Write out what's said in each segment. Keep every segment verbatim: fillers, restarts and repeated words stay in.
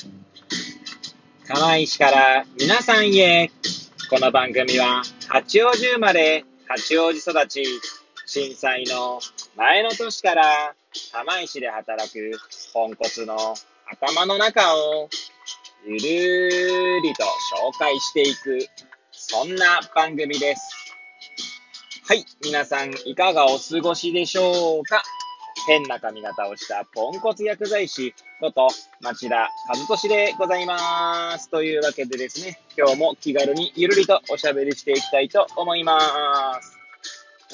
釜石から皆さんへ。この番組は八王子生まれ、八王子育ち、震災の前の年から釜石で働くポンコツの頭の中をゆるりと紹介していく、そんな番組です。はい、皆さんいかがお過ごしでしょうか。変な髪型をしたポンコツ薬剤師こと町田和俊でございます。というわけでですね、今日も気軽にゆるりとおしゃべりしていきたいと思います。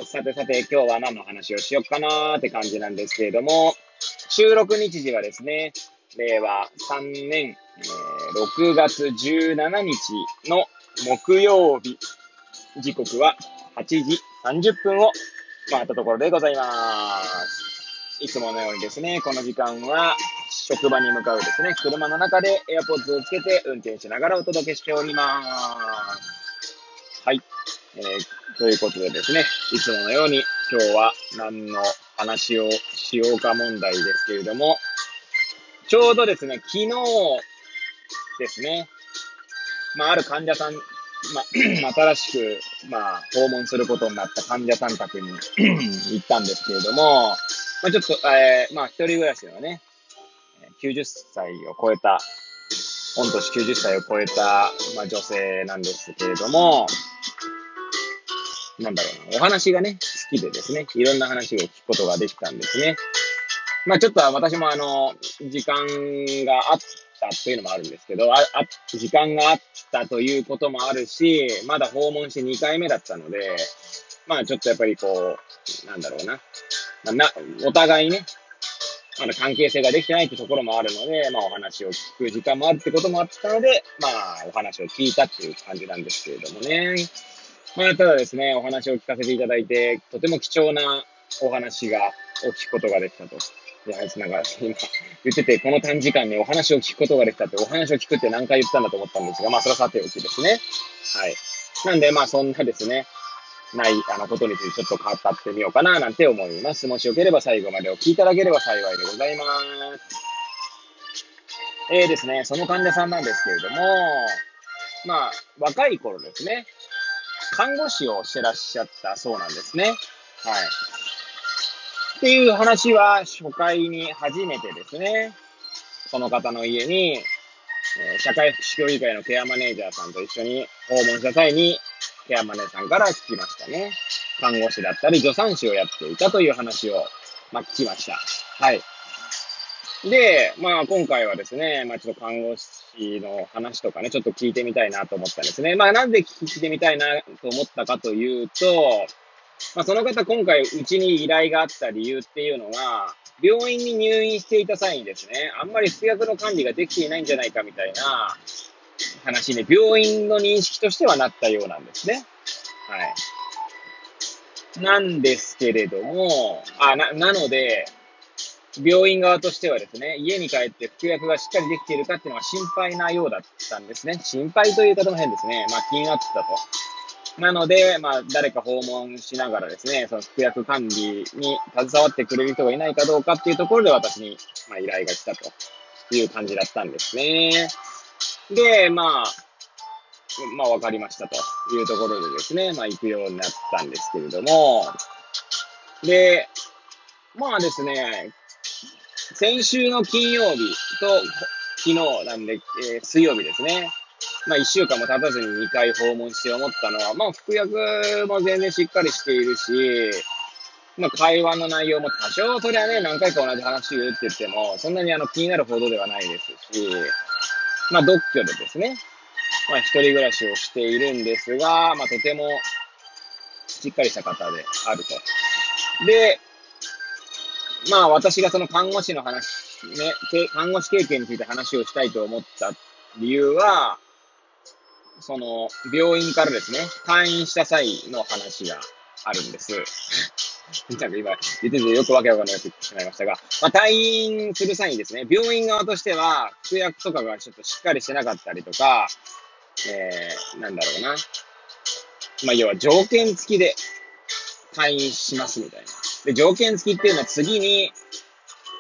さてさて、今日は何の話をしよっかなーって感じなんですけれども、収録日時はですね、れいわさんねん、えー、ろくがつじゅうしちにちの木曜日、時刻ははちじさんじゅっぷんを回ったところでございます。いつものようにですね、この時間は職場に向かうですね、車の中で AirPods をつけて運転しながらお届けしております。はい、えー。ということでですね、いつものように今日は何の話をしようか問題ですけれども、ちょうどですね、昨日ですね、まあ、ある患者さん、まあ、新しく、まあ、訪問することになった患者さん宅に行ったんですけれども、まあ、ちょっと、えー、まあ、一人暮らしのね、きゅうじゅっさいを超えた、御年きゅうじゅっさいを超えた、まあ、女性なんですけれども、なんだろうな、お話がね、好きでですね、いろんな話を聞くことができたんですね。まあ、ちょっと私もあの、時間があったというのもあるんですけど、あ、あ、時間があったということもあるし、まだ訪問してにかいめだったので、まあ、ちょっとやっぱりこう、なんだろうな、な、お互いね、まだ関係性ができてないってところもあるので、まあお話を聞く時間もあるってこともあったので、まあお話を聞いたっていう感じなんですけれどもね。まあただですね、お話を聞かせていただいて、とても貴重なお話が、を聞くことができたと。いや、なんか今言ってて、この短時間にお話を聞くことができたって、お話を聞くって何回言ったんだと思ったんですが、まあそれはさておきですね。はい。なんでまあそんなですね、ないあのことについてちょっと語ってみようかななんて思います。もしよければ最後までお聞きいただければ幸いでございます。えーですね、その患者さんなんですけれども、まあ、若い頃ですね、看護師をしてらっしゃったそうなんですね。はい。っていう話は初回に初めてですね、その方の家に、えー、社会福祉協議会のケアマネージャーさんと一緒に訪問した際に、ケアマネさんから聞きましたね。看護師だったり助産師をやっていたという話を、まあ、聞きました。はい。で、まあ今回はですね、まあちょっと看護師の話とかね、ちょっと聞いてみたいなと思ったんですね。まあなんで聞いてみたいなと思ったかというと、まあその方今回うちに依頼があった理由っていうのが、病院に入院していた際にですね、あんまり服薬の管理ができていないんじゃないかみたいな話に、病院の認識としてはなったようなんですね。はい。なんですけれども、あ、な、なので、病院側としてはですね、家に帰って服薬がしっかりできているかっていうのが心配なようだったんですね。心配という言い方も変ですね。まあ気になってたと。なので、まあ誰か訪問しながらですね、その服薬管理に携わってくれる人がいないかどうかっていうところで私に、まあ、依頼が来たという感じだったんですね。で、まあ、まあ分かりましたというところでですね、まあ行くようになったんですけれども、で、まあですね、先週の金曜日と昨日なんで、えー、水曜日ですね。まあ一週間も経たずににかい訪問して思ったのは、まあ服薬も全然しっかりしているし、まあ会話の内容も多少それはね、何回か同じ話言うって言っても、そんなにあの気になるほどではないですし、まあ独居でですね、まあ一人暮らしをしているんですが、まあとてもしっかりした方であると。で、まあ私がその看護師の話、ね、看護師経験について話をしたいと思った理由は、その病院からですね、退院した際の話があるんです。なんか今言っててよくわけわかんなくなってしまいましたが、まあ、退院する際にですね、病院側としては服薬とかがちょっとしっかりしてなかったりとか、えー、なんだろうな。まあ要は条件付きで退院しますみたいな。で、条件付きっていうのは次に、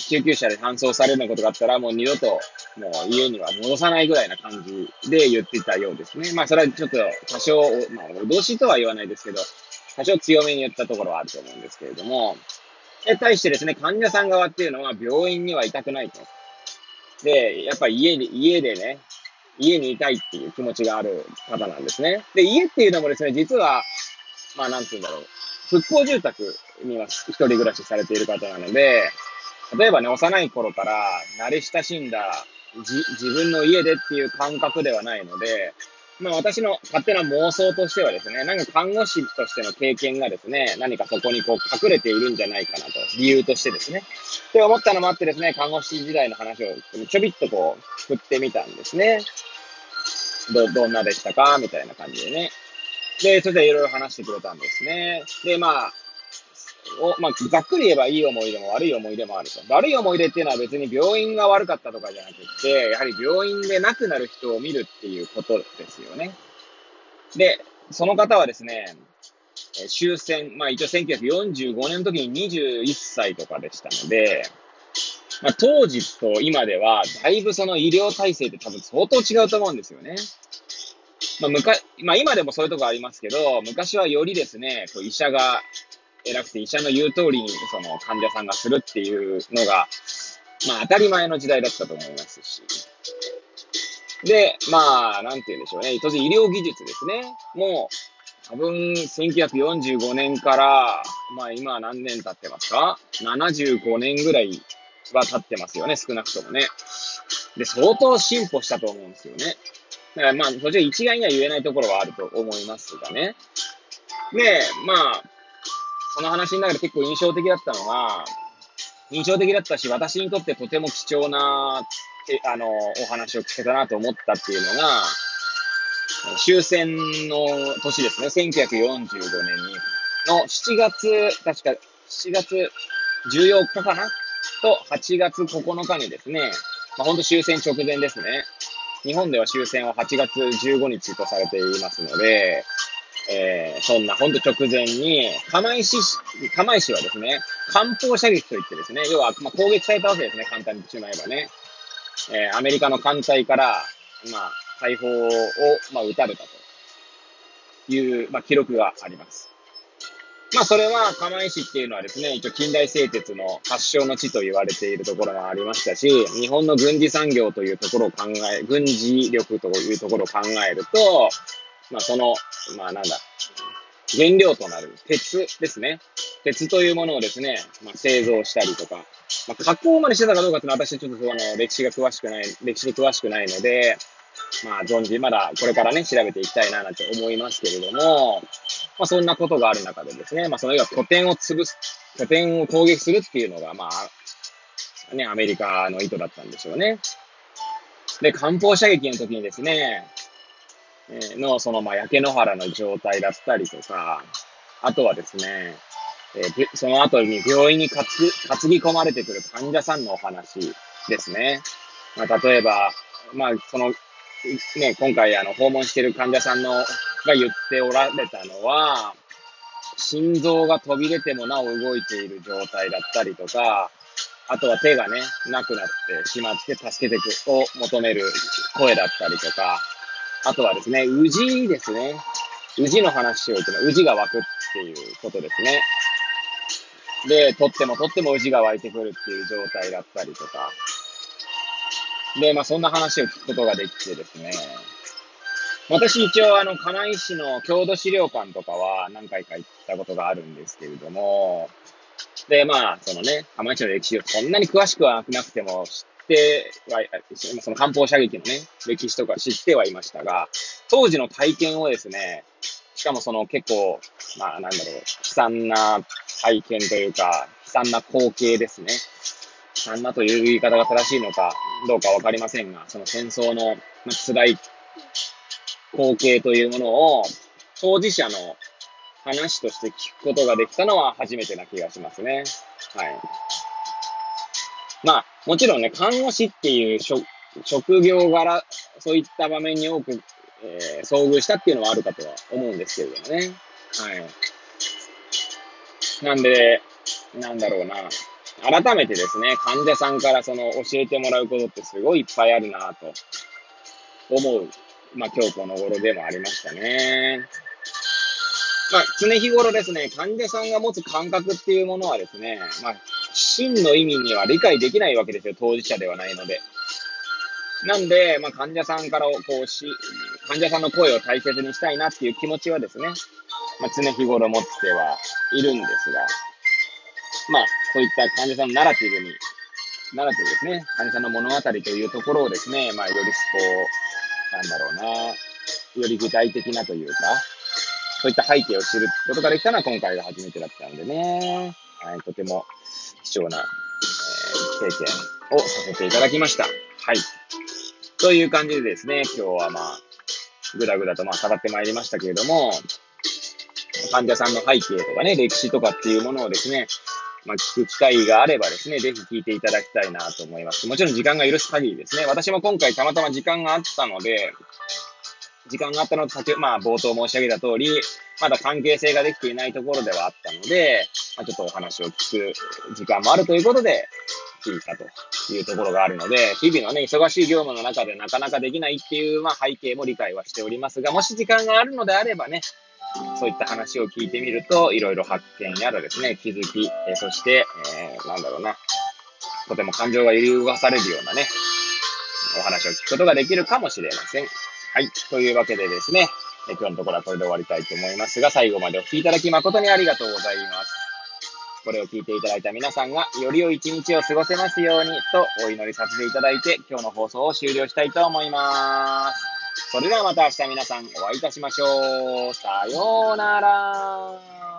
救急車で搬送されるようなことがあったら、もう二度と、もう家には戻さないぐらいな感じで言ってたようですね。まあ、それはちょっと多少、まあ、脅しとは言わないですけど、多少強めに言ったところはあると思うんですけれども、に対してですね、患者さん側っていうのは病院には痛くないと。で、やっぱり家で、家でね、家にいたいっていう気持ちがある方なんですね。で、家っていうのもですね、実は、まあ、なんて言うんだろう。復興住宅には一人暮らしされている方なので、例えばね、幼い頃から慣れ親しんだじ自分の家でっていう感覚ではないので、まあ私の勝手な妄想としてはですね、なんか看護師としての経験がですね、何かそこにこう隠れているんじゃないかなと、理由としてですね。って思ったのもあってですね、看護師時代の話をちょびっとこう、振ってみたんですね。ど、どんなでしたかみたいな感じでね。で、それでいろいろ話してくれたんですね。で、まあ、おまあ、ざっくり言えばいい思い出も悪い思い出もあると。悪い思い出っていうのは別に病院が悪かったとかじゃなくて、やはり病院で亡くなる人を見るっていうことですよね。で、その方はですね、終戦、まあ一応せんきゅうひゃくよんじゅうごねんの時ににじゅういっさいとかでしたので、まあ当時と今では、だいぶその医療体制って多分相当違うと思うんですよね。まあ、むかまあ今でもそういうとこありますけど、昔はよりですね、こう医者が偉くて医者の言う通りにその患者さんがするっていうのが、まあ当たり前の時代だったと思いますし。で、まあ、なんて言うんでしょうね。当然医療技術ですね。もう、多分せんきゅうひゃくよんじゅうごねんから、まあ今何年経ってますか ?ななじゅうご 年ぐらいは経ってますよね。少なくともね。で、相当進歩したと思うんですよね。だからまあ、そちら一概には言えないところはあると思いますがね。で、まあ、その話の中で結構印象的だったのが、印象的だったし、私にとってとても貴重な、えあの、お話を聞けたなと思ったっていうのが、終戦の年ですね。せんきゅうひゃくよんじゅうごねんにのしちがつ、確かしちがつじゅうよっかかなとはちがつここのかにですね、まあ、ほんと終戦直前ですね。日本では終戦ははちがつじゅうごにちとされていますので、えー、そんなほんと直前に、釜石市、釜石はですね、艦砲射撃といってですね、要は、まあ、攻撃されたわけですね、簡単に言ってしまえばね。えー、アメリカの艦隊から、まあ、大砲を、まあ、撃たれたという、まあ、記録があります。まあ、それは、釜石っていうのはですね、一応近代製鉄の発祥の地と言われているところがありましたし、日本の軍事産業というところを考え、軍事力というところを考えると、まあ、その、まあ、なんだ、原料となる鉄ですね。鉄というものをですね、まあ、製造したりとか、まあ、加工までしてたかどうかっていうのは私ちょっとあの歴史が詳しくない、歴史に詳しくないので、まあ、存じ、まだこれからね、調べていきたいななんて思いますけれども、まあ、そんなことがある中でですね、まあ、その要は拠点を潰す、拠点を攻撃するっていうのが、まあ、ね、アメリカの意図だったんでしょうね。で、艦砲射撃の時にですね、の、その、まあ、焼け野原の状態だったりとか、あとはですね、えー、その後に病院に担ぎ込まれてくる患者さんのお話ですね。まあ、例えば、まあ、その、ね、今回あの訪問している患者さんのが言っておられたのは、心臓が飛び出てもなお動いている状態だったりとか、あとは手がね、なくなってしまって助けてくを求める声だったりとか、あとはですね、宇治ですね。宇治の話を言っても、宇治が湧くっていうことですね。で、取っても取っても宇治が湧いてくるっていう状態だったりとか。で、まあそんな話を聞くことができてですね。私一応あの、釜石市の郷土資料館とかは何回か行ったことがあるんですけれども、で、まあ、そのね、釜石の歴史をそんなに詳しくはなくても知っては、その艦砲射撃のね、歴史とか知ってはいましたが、当時の体験をですね、しかもその結構、まあなんだろう、悲惨な体験というか、悲惨な光景ですね。悲惨なという言い方が正しいのかどうかわかりませんが、その戦争の辛い光景というものを当事者の話として聞くことができたのは初めてな気がしますね。はい。まあ、もちろんね、看護師っていう職職業柄、そういった場面に多く、えー、遭遇したっていうのはあるかとは思うんですけれどもね。はい。なんで、なんだろうな。 改めてですね、患者さんからその教えてもらうことってすごいいっぱいあるなと思う、まあ今日この頃でもありましたね。まあ常日頃ですね、患者さんが持つ感覚っていうものはですね、まあ真の意味には理解できないわけですよ、当事者ではないので。なんで、まあ患者さんからこうし、患者さんの声を大切にしたいなっていう気持ちはですね、まあ常日頃持ってはいるんですが、まあそういった患者さんのナラティブに、ナラティブですね、患者さんの物語というところをですね、まあよりこう、なんだろうな、より具体的なというか、そういった背景を知ることができたのは今回が初めてだったのでね、はい、とても貴重な、えー経験をさせていただきました。はい。という感じでですね、今日はまあ、ぐだぐだとまあ語ってまいりましたけれども、患者さんの背景とかね、歴史とかっていうものをですね、まあ、聞く機会があればですね、ぜひ聞いていただきたいなと思います。もちろん時間が許す限りですね、私も今回たまたま時間があったので、時間があったのと、まあ、冒頭申し上げた通り、まだ関係性ができていないところではあったので、まあ、ちょっとお話を聞く時間もあるということで、聞いたというところがあるので、日々のね、忙しい業務の中でなかなかできないっていう、まあ、背景も理解はしておりますが、もし時間があるのであればね、そういった話を聞いてみると、いろいろ発見やらですね、気づき、えー、そして、えー、なんだろうな、とても感情が揺り動かされるようなね、お話を聞くことができるかもしれません。はい。というわけでですね、え今日のところはこれで終わりたいと思いますが、最後までお聞きいただき誠にありがとうございます。これを聞いていただいた皆さんが、より良い一日を過ごせますようにとお祈りさせていただいて、今日の放送を終了したいと思います。それではまた明日皆さんお会いいたしましょう。さようなら。